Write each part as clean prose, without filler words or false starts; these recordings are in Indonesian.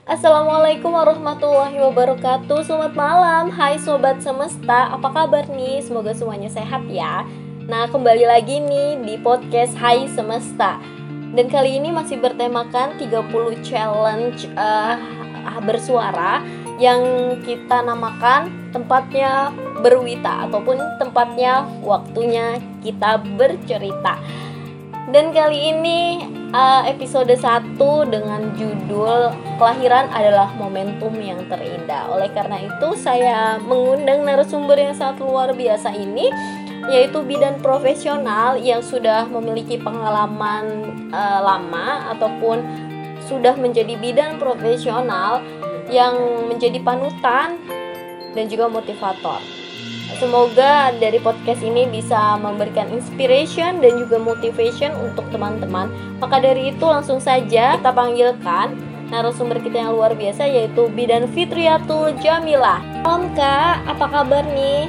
Assalamualaikum warahmatullahi wabarakatuh. Selamat malam, hai Sobat Semesta. Apa kabar nih? Semoga semuanya sehat ya. Nah, kembali lagi nih di podcast Hai Semesta. Dan kali ini masih bertemakan 30 challenge bersuara yang kita namakan tempatnya berwita ataupun tempatnya waktunya kita bercerita. Dan kali ini episode 1 dengan judul kelahiran adalah momentum yang terindah. Oleh karena itu saya mengundang narasumber yang sangat luar biasa ini, yaitu bidan profesional yang sudah memiliki pengalaman lama ataupun sudah menjadi bidan profesional yang menjadi panutan dan juga motivator. Semoga dari podcast ini bisa memberikan inspiration dan juga motivation untuk teman-teman. Maka dari itu langsung saja kita panggilkan narasumber kita yang luar biasa, yaitu Bidan Fitriyatul Jamilah. Salam Kak, apa kabar nih?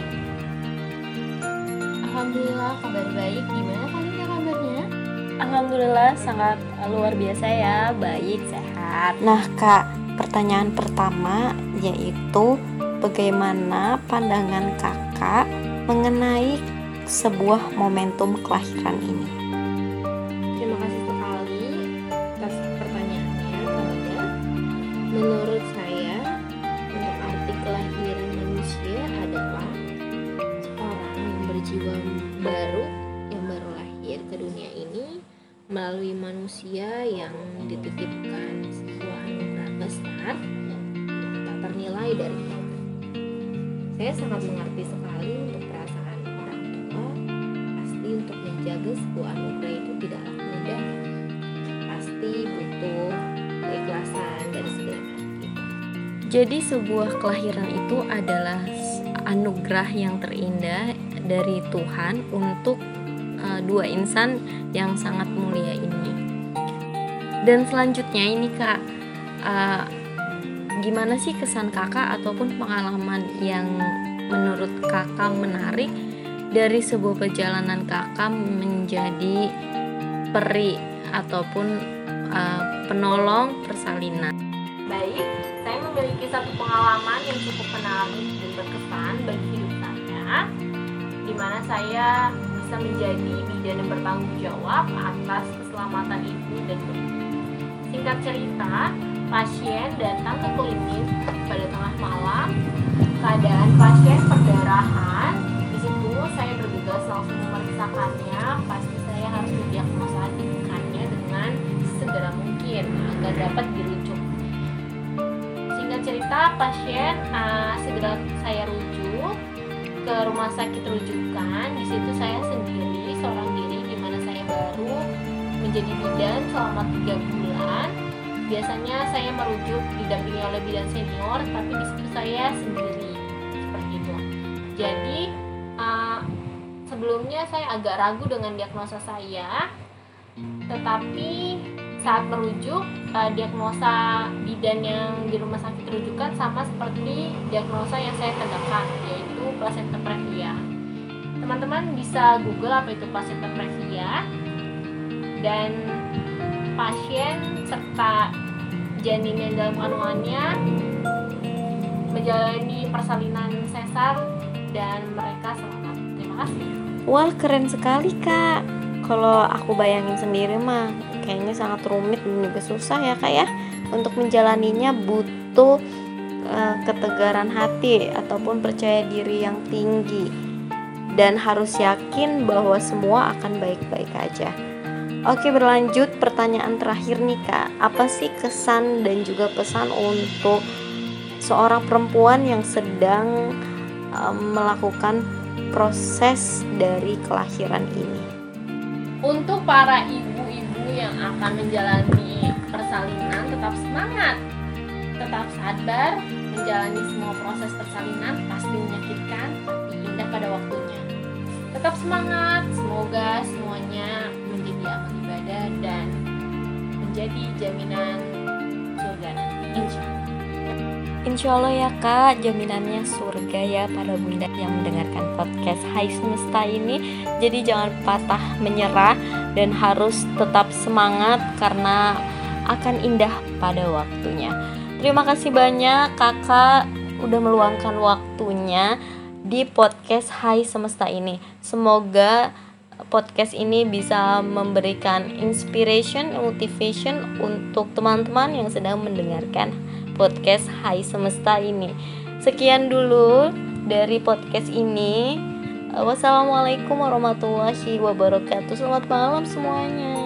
Alhamdulillah kabar baik. Gimana kalian kabarnya? Alhamdulillah sangat luar biasa ya, baik, sehat. Nah Kak, pertanyaan pertama yaitu bagaimana pandangan kakak mengenai sebuah momentum kelahiran ini? Terima kasih sekali atas pertanyaannya, Kak. Menurut saya, untuk arti kelahiran manusia adalah seorang yang berjiwa baru yang baru lahir ke dunia ini melalui manusia yang dititipkan sebuah anugerah besar tak ternilai dari Tuhan. Saya sangat mengerti sekali untuk perasaan orang tua. Pasti untuk menjaga sebuah anugerah itu tidaklah mudah. Pasti butuh keikhlasan dari segala hati. Jadi sebuah kelahiran itu adalah anugerah yang terindah dari Tuhan untuk dua insan yang sangat mulia ini. Dan selanjutnya ini Kak, gimana sih kesan kakak ataupun pengalaman yang menurut kakak menarik dari sebuah perjalanan kakak menjadi peri ataupun penolong persalinan? Baik, saya memiliki satu pengalaman yang cukup menarik dan berkesan bagi hidup saya, di mana saya bisa menjadi bidan yang bertanggung jawab atas keselamatan ibu dan bayi. Singkat cerita, pasien datang ke klinik pada tengah malam, keadaan pasien perdarahan. Di situ saya bergegas langsung memeriksakannya. Pasti saya harus mendiagnosakannya dengan segera mungkin agar dapat dirujuk. Singkat cerita, pasien segera saya rujuk ke rumah sakit rujukan. Di situ saya sendiri, seorang diri, di mana saya baru menjadi bidan selama 3 bulan. Biasanya saya merujuk didampingi oleh bidan senior, tapi di situ saya sendiri seperti itu. Jadi sebelumnya saya agak ragu dengan diagnosa saya, tetapi saat merujuk diagnosa bidan yang di rumah sakit rujukan sama seperti diagnosa yang saya tegakkan, yaitu plasenta previa. Teman-teman bisa Google apa itu plasenta previa, dan pasien serta janin yang dalam kandungannya menjalani persalinan sesar dan mereka selamat. Terima kasih. Wah, keren sekali Kak. Kalau aku bayangin sendiri mah kayaknya sangat rumit dan juga susah ya Kak ya. Untuk menjalaninya butuh ketegaran hati ataupun percaya diri yang tinggi, dan harus yakin bahwa semua akan baik-baik aja. Oke, berlanjut pertanyaan terakhir nih Kak. Apa sih kesan dan juga pesan untuk seorang perempuan yang sedang melakukan proses dari kelahiran ini? Untuk para ibu-ibu yang akan menjalani persalinan, tetap semangat, tetap sabar. Menjalani semua proses persalinan pasti menyakitkan, tapi indah pada waktunya. Tetap semangat, semoga semuanya menjadi amal ibadah dan menjadi jaminan surga nanti, insya Allah. Insya Allah ya Kak, jaminannya surga ya para bunda yang mendengarkan podcast Hai Semesta ini. Jadi jangan patah menyerah dan harus tetap semangat karena akan indah pada waktunya. Terima kasih banyak kakak udah meluangkan waktunya di podcast Hai Semesta ini. Semoga podcast ini bisa memberikan inspiration, motivation untuk teman-teman yang sedang mendengarkan podcast Hai Semesta ini. Sekian dulu dari podcast ini. Wassalamualaikum warahmatullahi wabarakatuh. Selamat malam semuanya.